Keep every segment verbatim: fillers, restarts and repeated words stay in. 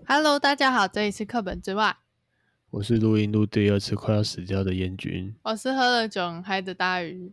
Hello， 大家好，这里是课本之外， 我是录音录第二次快要死掉的燕君， 我是喝了酒很嗨的大鱼。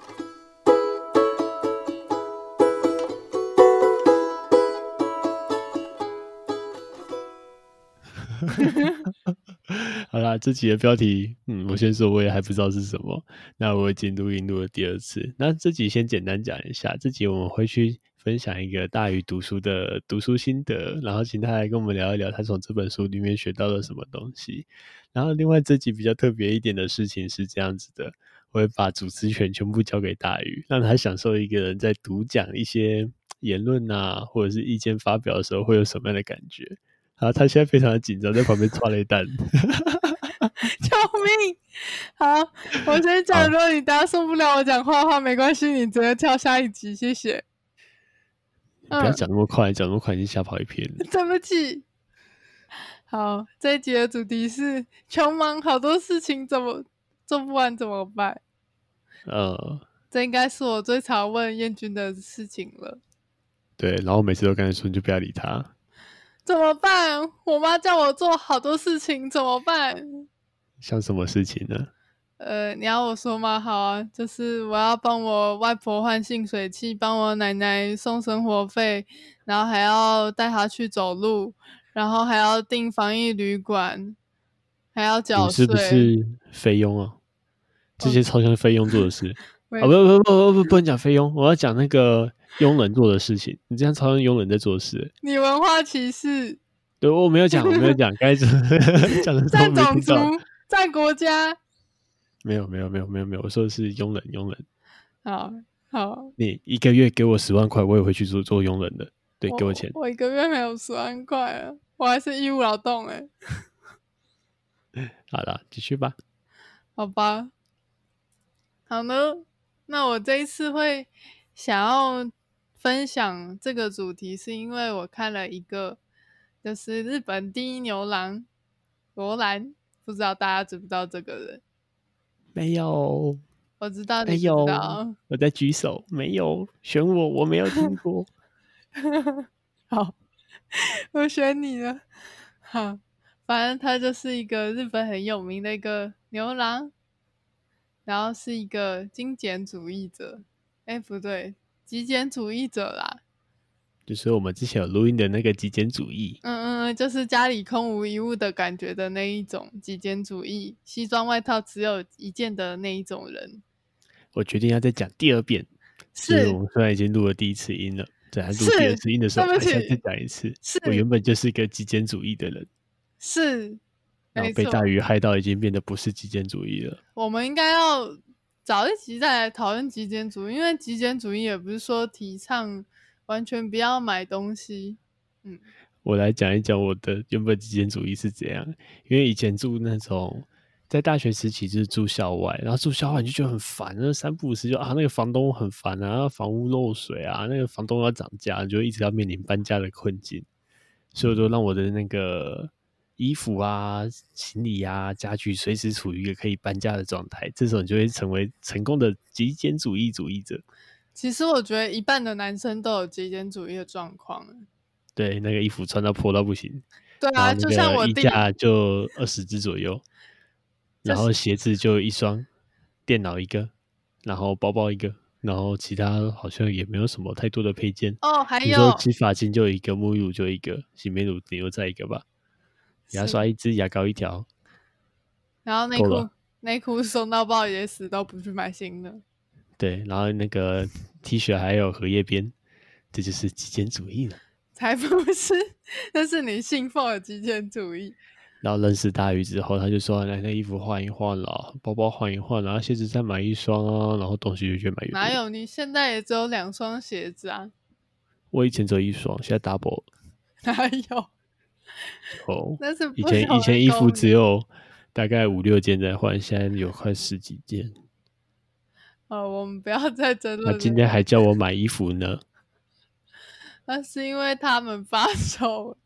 好啦，这集的标题，嗯，我先说我也还不知道是什么。那我已经录音录了第二次，那这集先简单讲一下，这集我们会去分享一个大鱼读书的读书心得，然后请他来跟我们聊一聊他从这本书里面学到了什么东西。然后另外这集比较特别一点的事情是这样子的，我会把主持权全部交给大鱼，让他享受一个人在读讲一些言论啊，或者是意见发表的时候会有什么样的感觉。然后他现在非常的紧张，在旁边抓了一蛋。 救命！好，我先讲，如果你大家受不了我讲话的话，没关系，你直接跳下一集，谢谢。 你不要讲那么快，讲、嗯、那么快已经吓跑一片了。 对不起。好，这一集的主题是穷忙，好多事情怎么做不完怎么办？呃，这应该是我最常问燕君的事情了。 对，然后每次都跟他说，你就不要理他。 怎么办？我妈叫我做好多事情，怎么办？ 像什么事情呢？ 呃，你要我说吗？好啊，就是我要帮我外婆换净水器，帮我奶奶送生活费，然后还要带她去走路，然后还要订防疫旅馆，还要缴税。 你是不是菲佣啊？这些超像菲佣做的事。 哦、 啊，不不不不不，不能讲菲佣，我要讲那个佣人做的事情。你这样超像佣人在做事。 你文化歧视。 对，我没有讲，我没有讲，该讲的占种族，占国家。 没有没有没有没有没有，我说的是佣人佣人。 好好， 你一个月给我十万块，我也会去做做佣人的。对，给我钱。 我一个月没有十万块啊，我还是义务劳动哎、 欸。好了，继续吧。 好吧。好呢，那我这一次会想要分享这个主题，是因为我看了一个，就是日本第一牛郎罗兰，不知道大家知不知道这个人？ 没有。 我知道你不知道。 我在举手。没有，选我，我没有听过。 好，我选你了。好，反正他就是一个日本很有名的一个牛郎，然后是一个精简主义者。哎，不对，极简主义者啦。 就是我们之前有录音的那个极简主义。 嗯嗯，就是家里空无一物的感觉的那一种极简主义，西装外套只有一件的那一种人。 我决定要再讲第二遍。 是， 就是我们虽然已经录了第一次音了，在录第二次音的时候还想再讲一次。我原本就是一个极简主义的人。 是， 然后被大鱼害到已经变得不是极简主义了。 我们应该要找一集再来讨论极简主义，因为极简主义也不是说提倡完全不要买东西。嗯， 我来讲一讲我的原本极简主义是怎样。因为以前住那种在大学时期就是住校外，然后住校外你就觉得很烦，那三不五时就啊那个房东很烦啊，房屋漏水啊，那个房东要涨价，你就一直要面临搬家的困境。所以我就让我的那个衣服啊、行李啊、家具随时处于一个可以搬家的状态，这时候你就会成为成功的极简主义主义者。 其实我觉得一半的男生都有极简主义的状况。 对，那个衣服穿到破到不行。 对啊，就像我弟， 衣架就二十只左右，然后鞋子就一双，电脑一个，然后包包一个，然后其他好像也没有什么太多的配件。 哦，还有， 你说洗发精就一个，沐浴乳就一个，洗面乳顶多再一个吧。牙刷一支，牙膏一条， 然后内裤内裤送到爆也死都不去买新的。 对，然后那个 T 恤还有荷叶边，这就是极简主义了。 才不是，那是你信奉的极简主义。 然后认识大鱼之后，他就说：“来，那衣服换一换啦，包包换一换，然后鞋子再买一双啊，然后东西就越买越多。” 哪有？你现在也只有两双鞋子啊？ 我以前只有一双，现在 double。 哪有？ 哦， 那是以前以前衣服只有大概五六件在换，现在有快十几件。 哦，我们不要再争论。 他今天还叫我买衣服呢。 那是因为他们发售。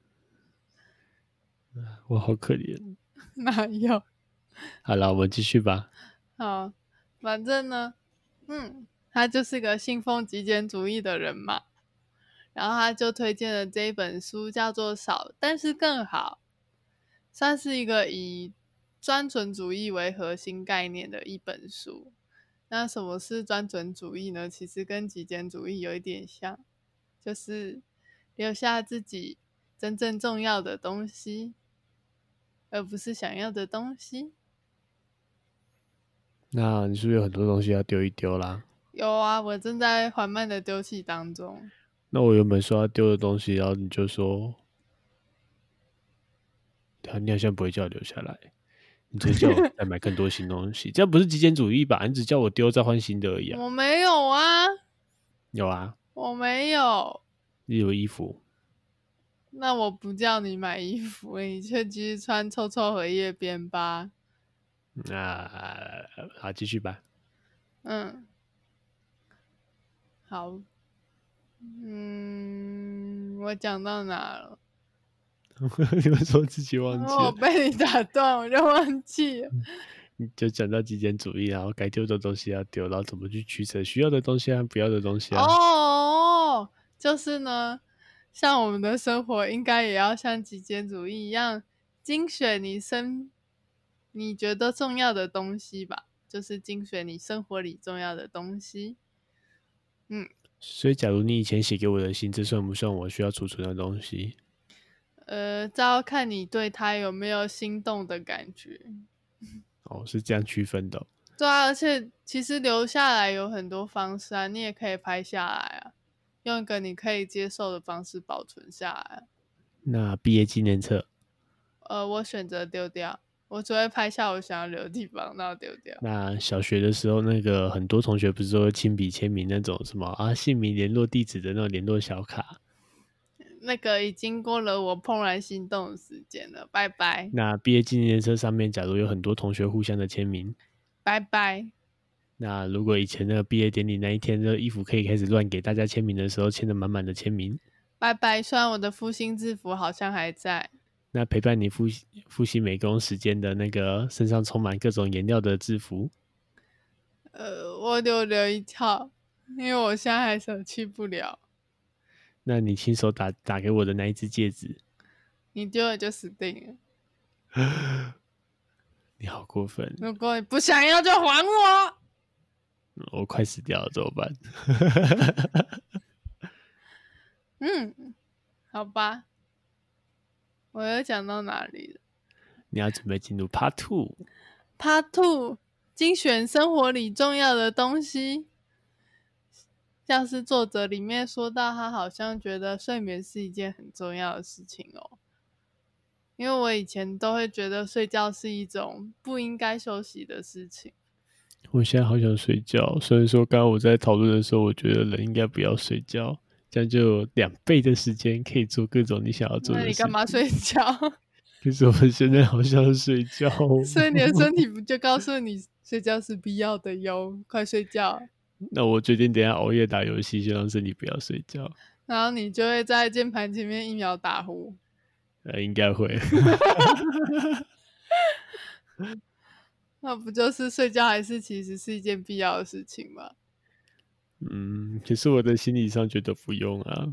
我好可怜。 哪有？ 好了，我们继续吧。 好，反正呢，嗯，他就是个信奉极简主义的人嘛。 然后他就推荐了这一本书，叫做《少但是更好》，算是一个以专准主义为核心概念的一本书。那什么是专准主义呢？其实跟极简主义有一点像，就是留下自己真正重要的东西，而不是想要的东西。 那你是不是有很多东西要丢一丢啦？ 有啊，我正在缓慢的丢弃当中。 那我原本说要丢的东西，然后你就说，你好像不会叫我留下来，你只是叫我再买更多新东西，这样不是极简主义吧？你只叫我丢再换新的而已啊。 我没有啊， 有啊， 我没有。 例如衣服， 那我不叫你买衣服，你却继续穿臭臭荷叶边吧。 那好，继续吧。 嗯，好，嗯，我讲到哪了？ 你们说自己忘记我了， 被你打断，我就忘记了。 你就讲到极简主义，然后该丢的东西要丢，然后怎么去取舍需要的东西和不要的东西啊？ 哦，就是呢，像我们的生活应该也要像极简主义一样，精选你生你觉得重要的东西吧，就是精选你生活里重要的东西。嗯， 所以，假如你以前写给我的信，这算不算我需要储存的东西？ 呃，这要看你对它有没有心动的感觉。 哦，是这样区分的哦。 对啊，而且其实留下来有很多方式啊，你也可以拍下来啊，用一个你可以接受的方式保存下来。 那毕业纪念册， 呃，我选择丢掉，我只会拍下我想要留的地方，然后丢掉。 那小学的时候，那个很多同学不是都会亲笔签名那种什么啊姓名、联络地址的那种联络小卡？ 那个已经过了我怦然心动的时间了，拜拜， 那毕业纪念册上面，假如有很多同学互相的签名， 拜拜， 那如果以前那个毕业典礼那一天，这衣服可以开始乱给大家签名的时候，签的满满的签名， 拜拜。虽然我的复兴制服好像还在， 那陪伴你复习复习美工时间的那个身上充满各种颜料的制服， 呃，我留留一套，因为我现在还舍弃不了。 那你亲手打打给我的那一只戒指， 你丢了就死定了。 你好过分！ 如果你不想要就还我。 我快死掉了，怎么办？ 嗯，好吧，我又讲到哪里了你要准备进入 Part Two。 ？Part Two，精选生活里重要的东西。像是作者里面说到，他好像觉得睡眠是一件很重要的事情哦。因为我以前都会觉得睡觉是一种不应该休息的事情。 我现在好想睡觉，虽然说刚刚我在讨论的时候，我觉得人应该不要睡觉，这样就有两倍的时间可以做各种你想要做的事情。 那你干嘛睡觉？ 可是我现在好想睡觉， 所以你的身体不就告诉你睡觉是必要的哟，快睡觉。 那我决定等一下熬夜打游戏，先让身体不要睡觉。 然后你就会在键盘前面一秒打呼。 呃，应该会。 那不就是睡觉还是其实是一件必要的事情吗？ 嗯，可是我的心理上觉得不用啊。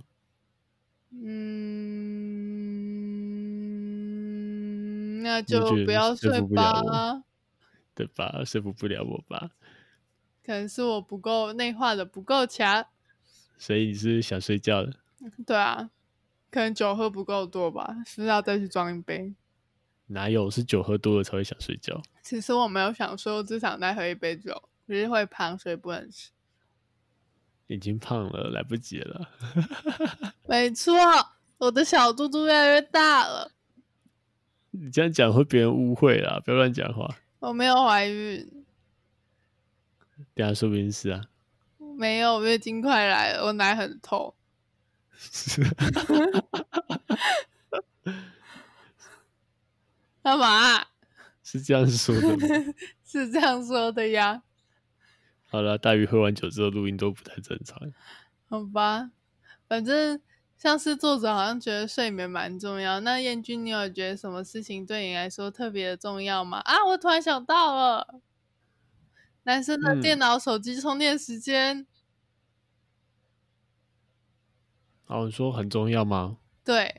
嗯，那你就觉得就不要睡说服不了我， 吧。 对吧？说服不了我吧？ 可能是我不够内化的不够强。 所以你是想睡觉的？ 对啊，可能酒喝不够多吧，是不是要再去装一杯？ 哪有？是酒喝多了才会想睡觉。 其实我没有想说，我只想再喝一杯酒，只是会胖，所以不能吃。 已经胖了，来不及了。 没错，我的小肚肚越来越大了。 你这样讲会别人误会啦，不要乱讲话。 我没有怀孕， 等一下说不定是啊。 没有，月经快来了，我奶很痛。干嘛？ 是这样说的吗？ 是这样说的呀。 好了，大鱼喝完酒之后录音都不太正常。 好吧，反正像是作者好像觉得睡眠蛮重要。那燕君，你有觉得什么事情对你来说特别的重要吗？啊，我突然想到了，男生的嗯电脑、手机充电时间。 好，你说很重要吗？ 对，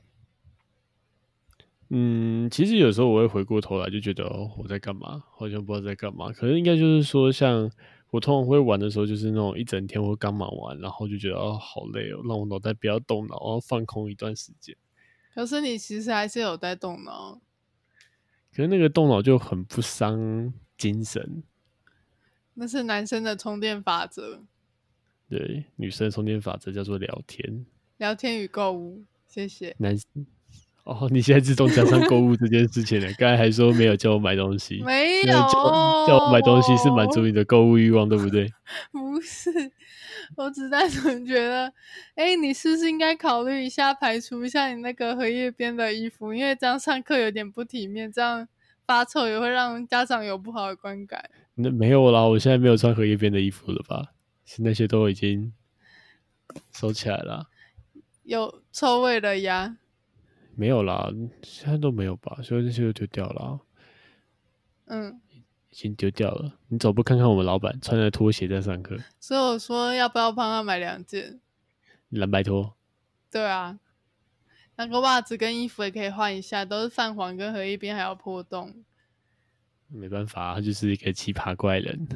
嗯，其实有时候我会回过头来就觉得哦，我在干嘛？好像不知道在干嘛。可是应该就是说，像我通常会玩的时候，就是那种一整天我刚忙完，然后就觉得哦，好累哦，让我脑袋不要动脑，然后放空一段时间。 可是你其实还是有在动脑， 可是那个动脑就很不伤精神。 那是男生的充电法则， 对，女生的充电法则叫做聊天。 聊天与购物，谢谢。 男哦，你现在自动加上购物这件事情了。刚才还说没有叫我买东西， 没现在叫叫我买东西是满足有， 你的购物欲望，对不对？ 不是，我只单纯觉得，哎，你是不是应该考虑一下，排除一下你那个荷叶边的衣服，因为这样上课有点不体面，这样发臭也会让家长有不好的观感。 那没有啦，我现在没有穿荷叶边的衣服了吧？那些都已经收起来了。 有臭味的呀。 没有啦，现在都没有吧？所以那些都丢掉了啊， 嗯， 已经丢掉了。你走不看看我们老板穿着拖鞋在上课， 所以我说要不要帮他买两件？ 蓝白拖。 对啊，那个袜子跟衣服也可以换一下，都是泛黄跟荷叶边还有破洞。 没办法，他就是一个奇葩怪人。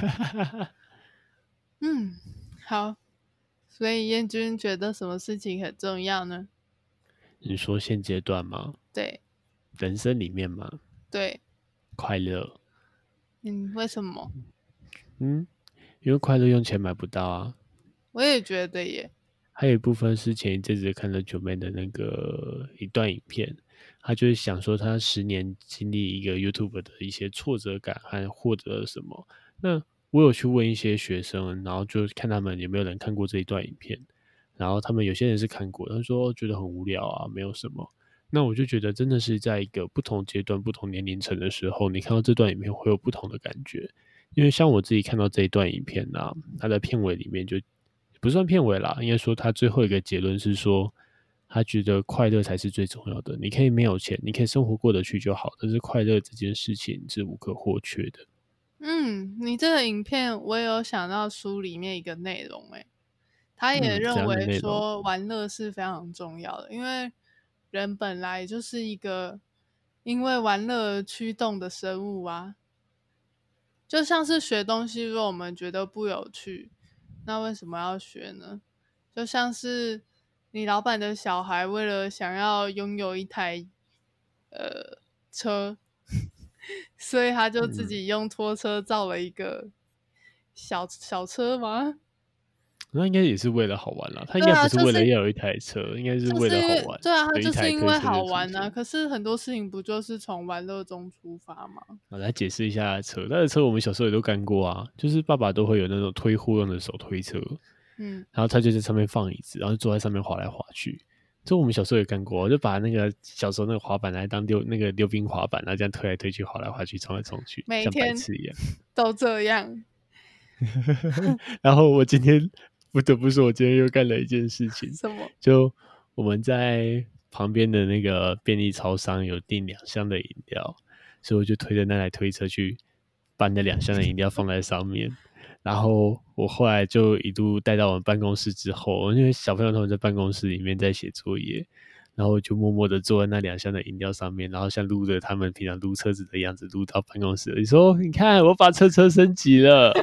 嗯，好，所以燕君觉得什么事情很重要呢？ 你说现阶段吗？ 对人生里面吗？ 对， 快乐。 嗯，为什么？ 嗯，因为快乐用钱买不到啊。 我也觉得耶。 还有一部分是前一阵子看了九妹的那个一段影片，他就是想说他十年经历一个 YouTube 的一些挫折感和获得了什么。那我有去问一些学生，然后就看他们有没有人看过这一段影片，然后他们有些人是看过，他说觉得很无聊啊，没有什么。那我就觉得真的是在一个不同阶段、不同年龄层的时候，你看到这段影片会有不同的感觉。因为像我自己看到这一段影片啊，它的片尾里面就不算片尾啦，应该说他最后一个结论是说，他觉得快乐才是最重要的。你可以没有钱，你可以生活过得去就好，但是快乐这件事情是无可或缺的。 嗯，你这个影片我也有想到书里面一个内容，诶，他也嗯，怎样的认为内容？ 说玩乐是非常重要的，因为人本来就是一个因为玩乐而驱动的生物啊。就像是学东西，如果我们觉得不有趣，那为什么要学呢？就像是你老板的小孩为了想要拥有一台呃车，所以他就自嗯， 己用拖车造了一个小小车吗？ 那应该也是为了好玩啦。他应对啊， 该不是就是为了要有一台车，应该是为就是因了好玩， 为对啊，他所以一就是因为台推车好玩啊。 就出现。 可是很多事情不就是从玩乐中出发吗？ 我来解释一下车，他的车我们小时候也都干过啊，就是爸爸都会有那种推货用的手推车， 嗯， 然后他就在上面放椅子，然后坐在上面滑来滑去。这我们小时候也干过，我就把那个小时候那个滑板来当溜那个溜冰滑板，然后这样推来推去，滑来滑去，冲来冲去，像白每天痴一样。 都这样。 然后我今天不得不说，我今天又干了一件事情， 什么？ 就我们在旁边的那个便利超商有订两箱的饮料，所以我就推着那台推车去把那两箱的饮料放在上面。然后我后来就一路带到我们办公室之后，因为小朋友他们在办公室里面在写作业，然后我就默默的坐在那两箱的饮料上面，然后像撸着他们平常撸车子的样子撸到办公室。你说，你看我把车车升级了。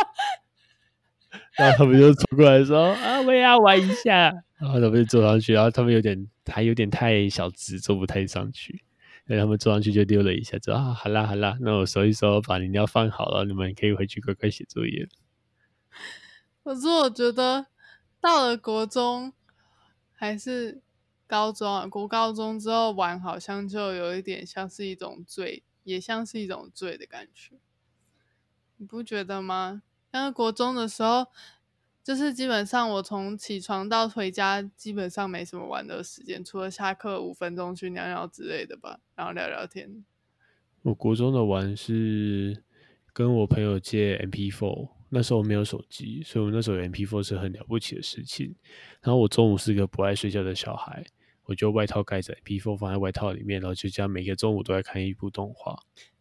然后他们就冲过来说：“啊，我也要玩一下。”然后他们就坐上去，然后他们有点还有点太小只，坐不太上去。所以他们坐上去就溜了一下，说：“啊，好啦好啦，那我收一收，把饮料放好了，你们可以回去乖乖写作业了。” 可是我觉得到了国中还是高中啊，国高中之后玩好像就有一点像是一种罪，也像是一种罪的感觉，你不觉得吗？像是国中的时候，就是基本上我从起床到回家，基本上没什么玩的时间，除了下课五分钟去尿尿之类的吧，然后聊聊天。 我国中的玩是跟我朋友借 M P 四，那时候没有手机，所以我那时候有 M P 四是很了不起的事情。然后我中午是个不爱睡觉的小孩，我就外套盖着 M P 四放在外套里面，然后就这样每个中午都在看一部动画。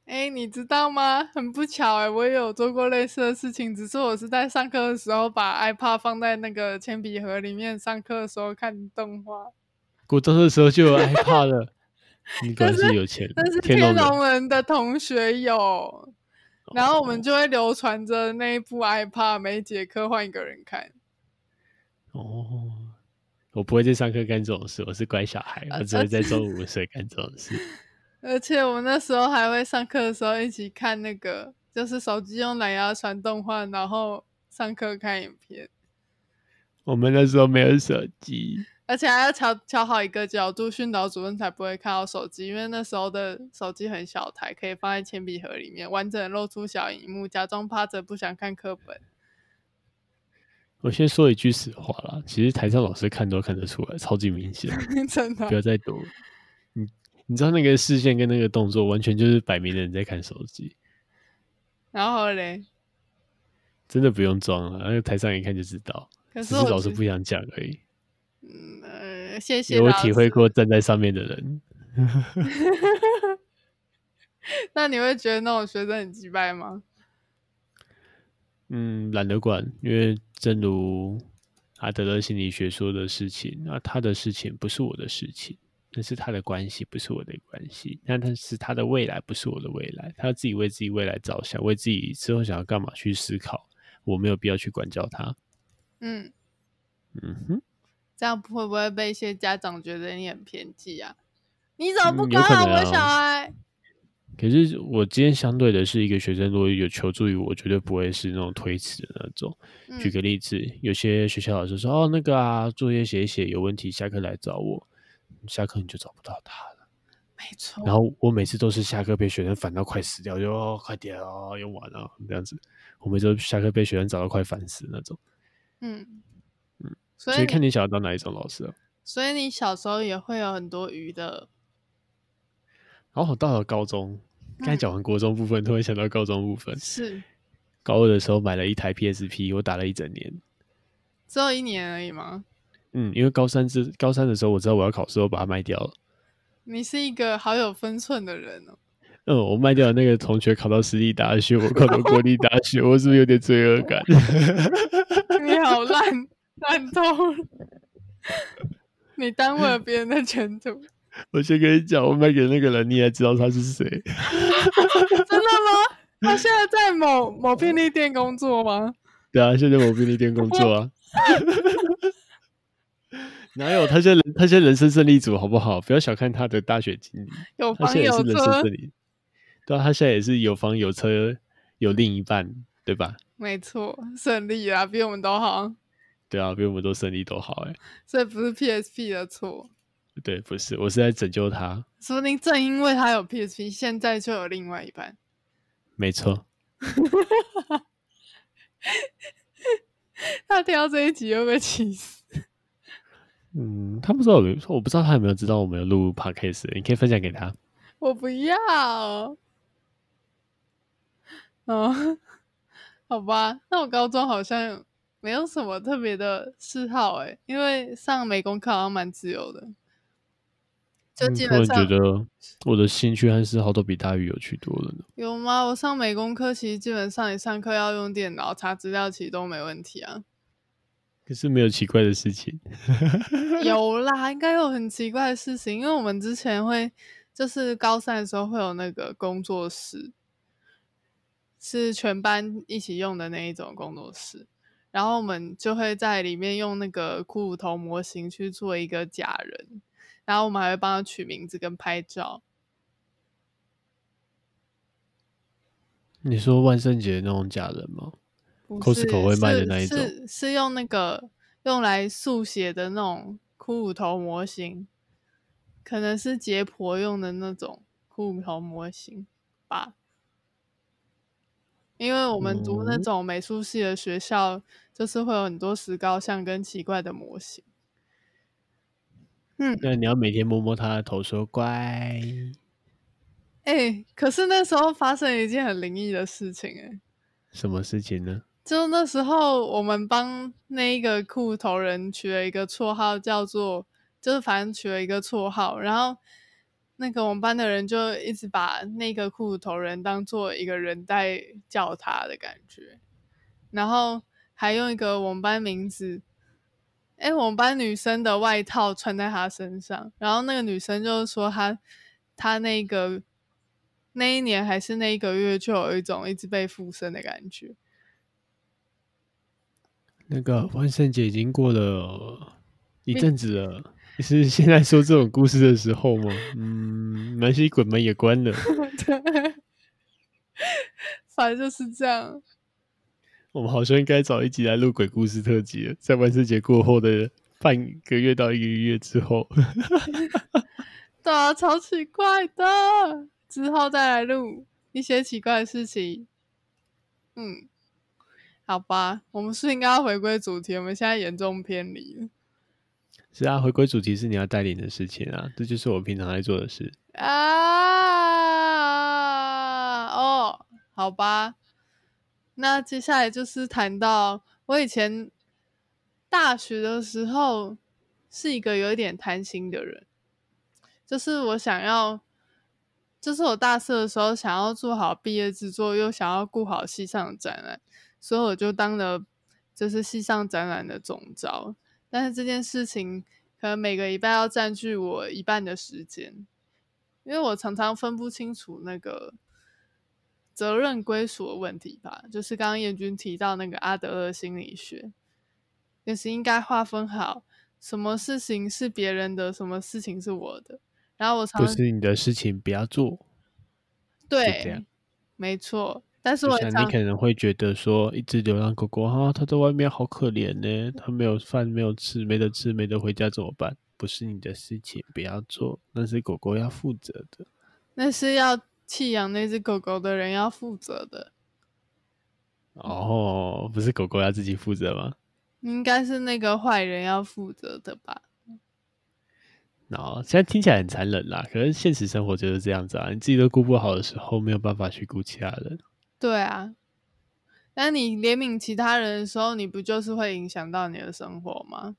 哎，你知道吗？很不巧哎，我也有做过类似的事情，只是我是在上课的时候把 iPad 放在那个铅笔盒里面，上课的时候看动画。 国中的时候就有 iPad 了，你果然但是是有钱人， 但是天龙人。 天龙人的同学有，然后我们就会流传着那一部 iPad，每节课换一个人看。 哦，我不会在上课干这种事，我是乖小孩，我只会在中午睡干这种事。 而且我们那时候还会上课的时候一起看那个，就是手机用蓝牙传动画，然后上课看影片。 我们那时候没有手机， 而且还要调调好一个角度，训导主任才不会看到手机，因为那时候的手机很小台，可以放在铅笔盒里面，完整露出小荧幕，假装趴着不想看课本。 我先说一句实话啦，其实台上老师看都看得出来，超级明显。 真的， 不要再躲。你你知道那个视线跟那个动作，完全就是摆明了你在看手机。 然后嘞， 真的不用装了，那个台上一看就知道。 可是只是老师不想讲而已。 嗯、呃，谢谢因为老师。 我体会过站在上面的人。 那你会觉得那种学生很鸡掰吗？ 嗯，懒得管，因为正如阿德勒心理学说的事情，那他的事情不是我的事情，那是他的关系，不是我的关系。那他是他的未来，不是我的未来。他要自己为自己未来着想，为自己之后想要干嘛去思考，我没有必要去管教他。 嗯嗯哼， 这样会不会被一些家长觉得你很偏激啊？你怎么不嗯、有管好我可能啊。 小孩？ 可是我今天相对的是一个学生，如果有求助于我，绝对不会是那种推辞的那种。 嗯、 举个例子，有些学校老师说：“哦，那个啊，作业写一写有问题，下课来找我。”下课你就找不到他了。 没错。 然后我每次都是下课被学生烦到快死掉，就哦快点哦，用完了这样子。我每次都下课被学生找到快烦死那种。 嗯嗯， 所以所以看你想要当哪一种老师啊。 所以你小时候也会有很多鱼的。 然后我到了高中，刚才讲完国中部分，突然想到高中部分。 是高二的时候买了一台 P S P， 我打了一整年。 只有一年而已吗？ 嗯，因为高三之高三的时候，我知道我要考试，我把它卖掉了。 你是一个好有分寸的人哦。 嗯，我卖掉的那个同学考到私立大学，我考到国立大学，我是不是有点罪恶感？ 你好烂，烂透了！你耽误了别人的前途。 我先跟你讲，我卖给那个人，你也知道他是谁。 真的吗？他现在在某某便利店工作吗？ 对啊，现在某便利店工作啊。哪有？他现在他现在人生胜利组好不好？不要小看他的大学经历， 有他现在也是房有车人生胜，利。对啊，他现在也是有房有车有另一半，对吧？ 没错，胜利啦，比我们都好。 对啊，比我们都胜利都好哎、欸。 所以不是 P S P 的错。 对，不是，我是在拯救他。 说不定正因为他有 P S P， 现在就有另外一半。 没错。 他听到这一集会不会气死？ 嗯，他不知道有没有，我不知道他有没有知道我们有录 podcast， 你可以分享给他。 我不要。哦，好吧，那我高中好像没有什么特别的嗜好诶，因为上美工课好像蛮自由的，就嗯， 基本上、 突然觉得我的兴趣和嗜好都比大鱼有趣多了呢。 有吗？我上美工课其实基本上你上课要用电脑查资料，其实都没问题啊。 可是没有奇怪的事情。 有啦，应该有很奇怪的事情，因为我们之前会就是高三的时候会有那个工作室，是全班一起用的那一种工作室，然后我们就会在里面用那个骷髅头模型去做一个假人，然后我们还会帮他取名字跟拍照。 你说万圣节那种假人吗不是 ？Costco 会卖的那一种。 是是用那个用来速写的那种骷髅头模型，可能是解剖用的那种骷髅头模型吧。因为我们读那嗯， 种美术系的学校，就是会有很多石膏像跟奇怪的模型。嗯， 那你要每天摸摸他的头，说乖。 哎、欸，可是那时候发生一件很灵异的事情、欸，哎， 什么事情呢？ 就那时候我们帮那一个骷髅头人取了一个绰号，叫做，就是反正取了一个绰号，然后那个我们班的人就一直把那个骷髅头人当做一个人在叫他的感觉，然后还用一个我们班名字，诶我们班女生的外套穿在他身上，然后那个女生就说他他那个那一年还是那一个月就有一种一直被附身的感觉。 那个万圣节已经过了一阵子了，你是现在说这种故事的时候吗？嗯，没关系，鬼门也关了。 对，反正就是这样。 我们好像应该找一集来录鬼故事特辑了，在万圣节过后的半个月到一个月之后。 对啊，超奇怪的，之后再来录一些奇怪的事情。嗯，好吧，我们是应该要回归主题，我们现在严重偏离了。 是啊，回归主题是你要带领的事情啊，这就是我平常在做的事。 啊，哦，好吧，那接下来就是谈到我以前大学的时候是一个有一点贪心的人，就是我想要，就是我大四的时候想要做好毕业制作，又想要顾好系上的展览，所以我就当了就是系上展览的总召。但是这件事情可能每个礼拜要占据我一半的时间，因为我常常分不清楚那个责任归属的问题吧。就是刚刚彦君提到那个阿德勒心理学，就是应该划分好什么事情是别人的，什么事情是我的。然后我常不是你的事情不要做，就这样。 对，没错。但是就我常像你可能会觉得说，一只流浪狗狗哈、啊，它在外面好可怜呢，它没有饭，没有吃，没得吃，没得回家怎么办？不是你的事情，不要做，那是狗狗要负责的。 那是要弃养那只狗狗的人要负责的， 哦，不是狗狗要自己负责吗？ 应该是那个坏人要负责的吧？ 哦，现在听起来很残忍啦，可是现实生活就是这样子啊，你自己都顾不好的时候，没有办法去顾其他人。 对啊，但你怜悯其他人的时候，你不就是会影响到你的生活吗？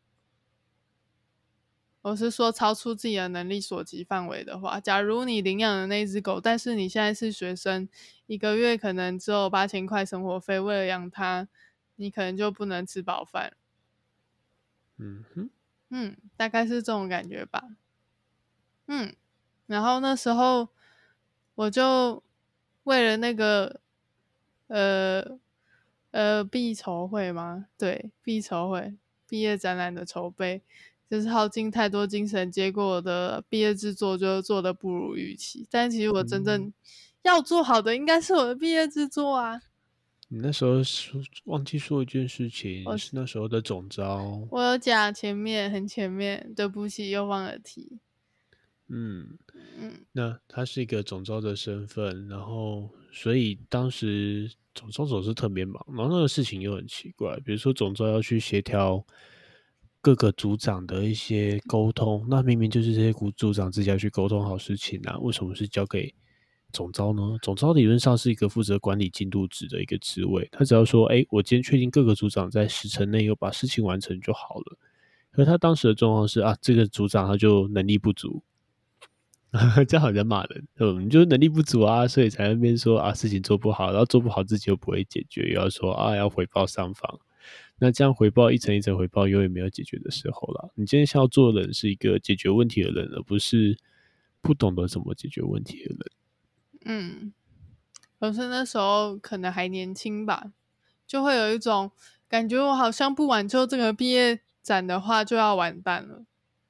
我是说，超出自己的能力所及范围的话，假如你领养的那只狗，但是你现在是学生，一个月可能只有八千块生活费，为了养它，你可能就不能吃饱饭。 嗯哼， 嗯，大概是这种感觉吧。嗯，然后那时候我就为了那个呃呃毕筹会吗？对，毕筹会毕业展览的筹备，就是耗尽太多精神，结果我的毕业制作就做的不如预期。但其实我真嗯， 正要做好的应该是我的毕业制作啊！ 你那时候说忘记说一件事情，是我那时候的总招。 我有讲前面很前面，对不起，又忘了提。 嗯， 嗯那他是一个总招的身份，然后所以当时总招总是特别忙，然后那个事情又很奇怪，比如说总招要去协调各个组长的一些沟通，那明明就是这些组组长自己要去沟通好事情啊，为什么是交给总招呢？总招理论上是一个负责管理进度值的一个职位，他只要说，哎，我今天确定各个组长在时辰内有把事情完成就好了。可是他当时的状况是啊，这个组长他就能力不足，这样好像骂人，嗯，你就是能力不足啊，所以才在那边说啊事情做不好，然后做不好自己又不会解决，又要说啊要回报上方，那这样回报一层一层回报，永远没有解决的时候啦。你今天想要做的人是一个解决问题的人，而不是不懂得怎么解决问题的人。 嗯，可是那时候可能还年轻吧，就会有一种感觉，我好像不挽救这个毕业展的话就要完蛋了，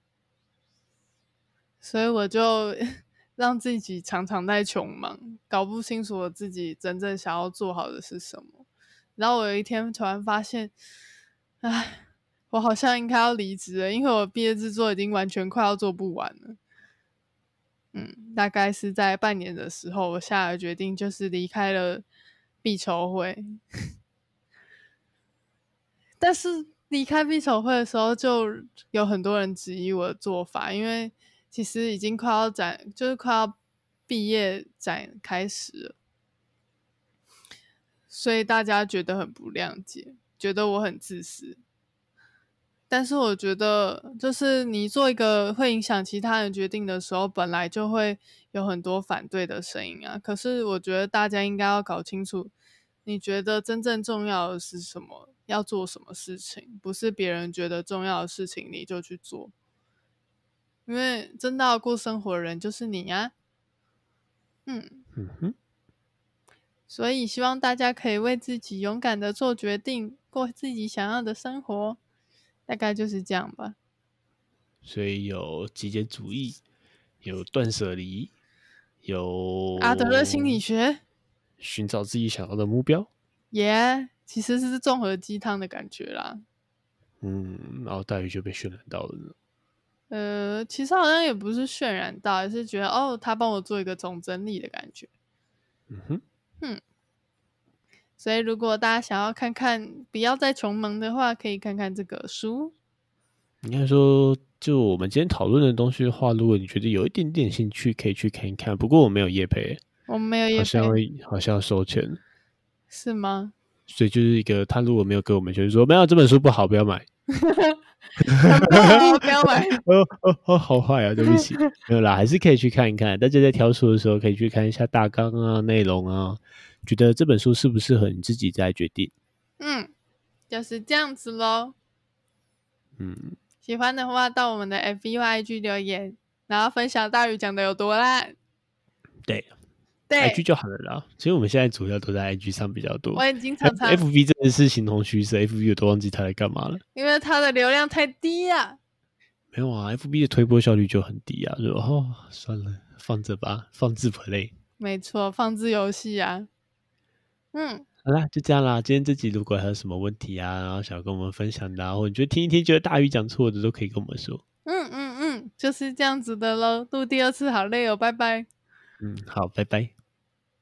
所以我就让自己常常在穷忙，搞不清楚我自己真正想要做好的是什么。然后我有一天突然发现，唉，我好像应该要离职了，因为我毕业制作已经完全快要做不完了。嗯，大概是在半年的时候，我下了决定，就是离开了必筹会。但是离开必筹会的时候，就有很多人质疑我的做法，因为其实已经快要展，就是快要毕业展开始了，所以大家觉得很不谅解，觉得我很自私。 但是我觉得，就是你做一个会影响其他人决定的时候，本来就会有很多反对的声音啊。可是我觉得大家应该要搞清楚，你觉得真正重要的是什么，要做什么事情，不是别人觉得重要的事情你就去做。因为真的要过生活的人就是你啊。嗯嗯哼， 所以希望大家可以为自己勇敢的做决定，过自己想要的生活。大概就是这样吧。 所以有极简主义，有断舍离，有阿德勒心理学， 寻找自己想要的目标。 耶、yeah, 其实是综合鸡汤的感觉啦。 嗯，然后大鱼就被渲染到了呢。 呃，其实好像也不是渲染到，而是觉得哦，他帮我做一个总整理的感觉。 嗯哼， 嗯。所以如果大家想要看看不要再穷忙的话，可以看看这个书。 应该说，就我们今天讨论的东西的话，如果你觉得有一点点兴趣，可以去看一看。不过我没有业配， 我们没有业配， 好像好像要收钱， 是吗？ 所以就是一个他如果没有给我们钱，说没有这本书不好，不要买。 不要买。 哦哦哦，好坏啊，对不起，没有啦，还是可以去看一看。大家在挑书的时候，可以去看一下大纲啊、内容啊，觉得这本书适不适合你自己再决定。 嗯，就是这样子咯。 嗯， 喜欢的话，到我们的 F B 或 I G 留言，然后分享大鱼讲的有多烂。 对。 对 I G 就好了啦。其实我们现在主要都在 I G 上比较多。 我已经常常 F B 真的是形同虚设 ，F B 我都忘记它在干嘛了。 因为它的流量太低啊。 没有啊 ，F B 的推播效率就很低啊，就哦算了，放着吧，放置 play。 没错，放置游戏啊。嗯， 好啦，就这样啦。今天这集如果还有什么问题啊，然后想要跟我们分享的、啊，或者你觉得听一听觉得大鱼讲错的，都可以跟我们说。 嗯嗯嗯，就是这样子的咯。录第二次好累哦，拜拜。 嗯，好，拜拜。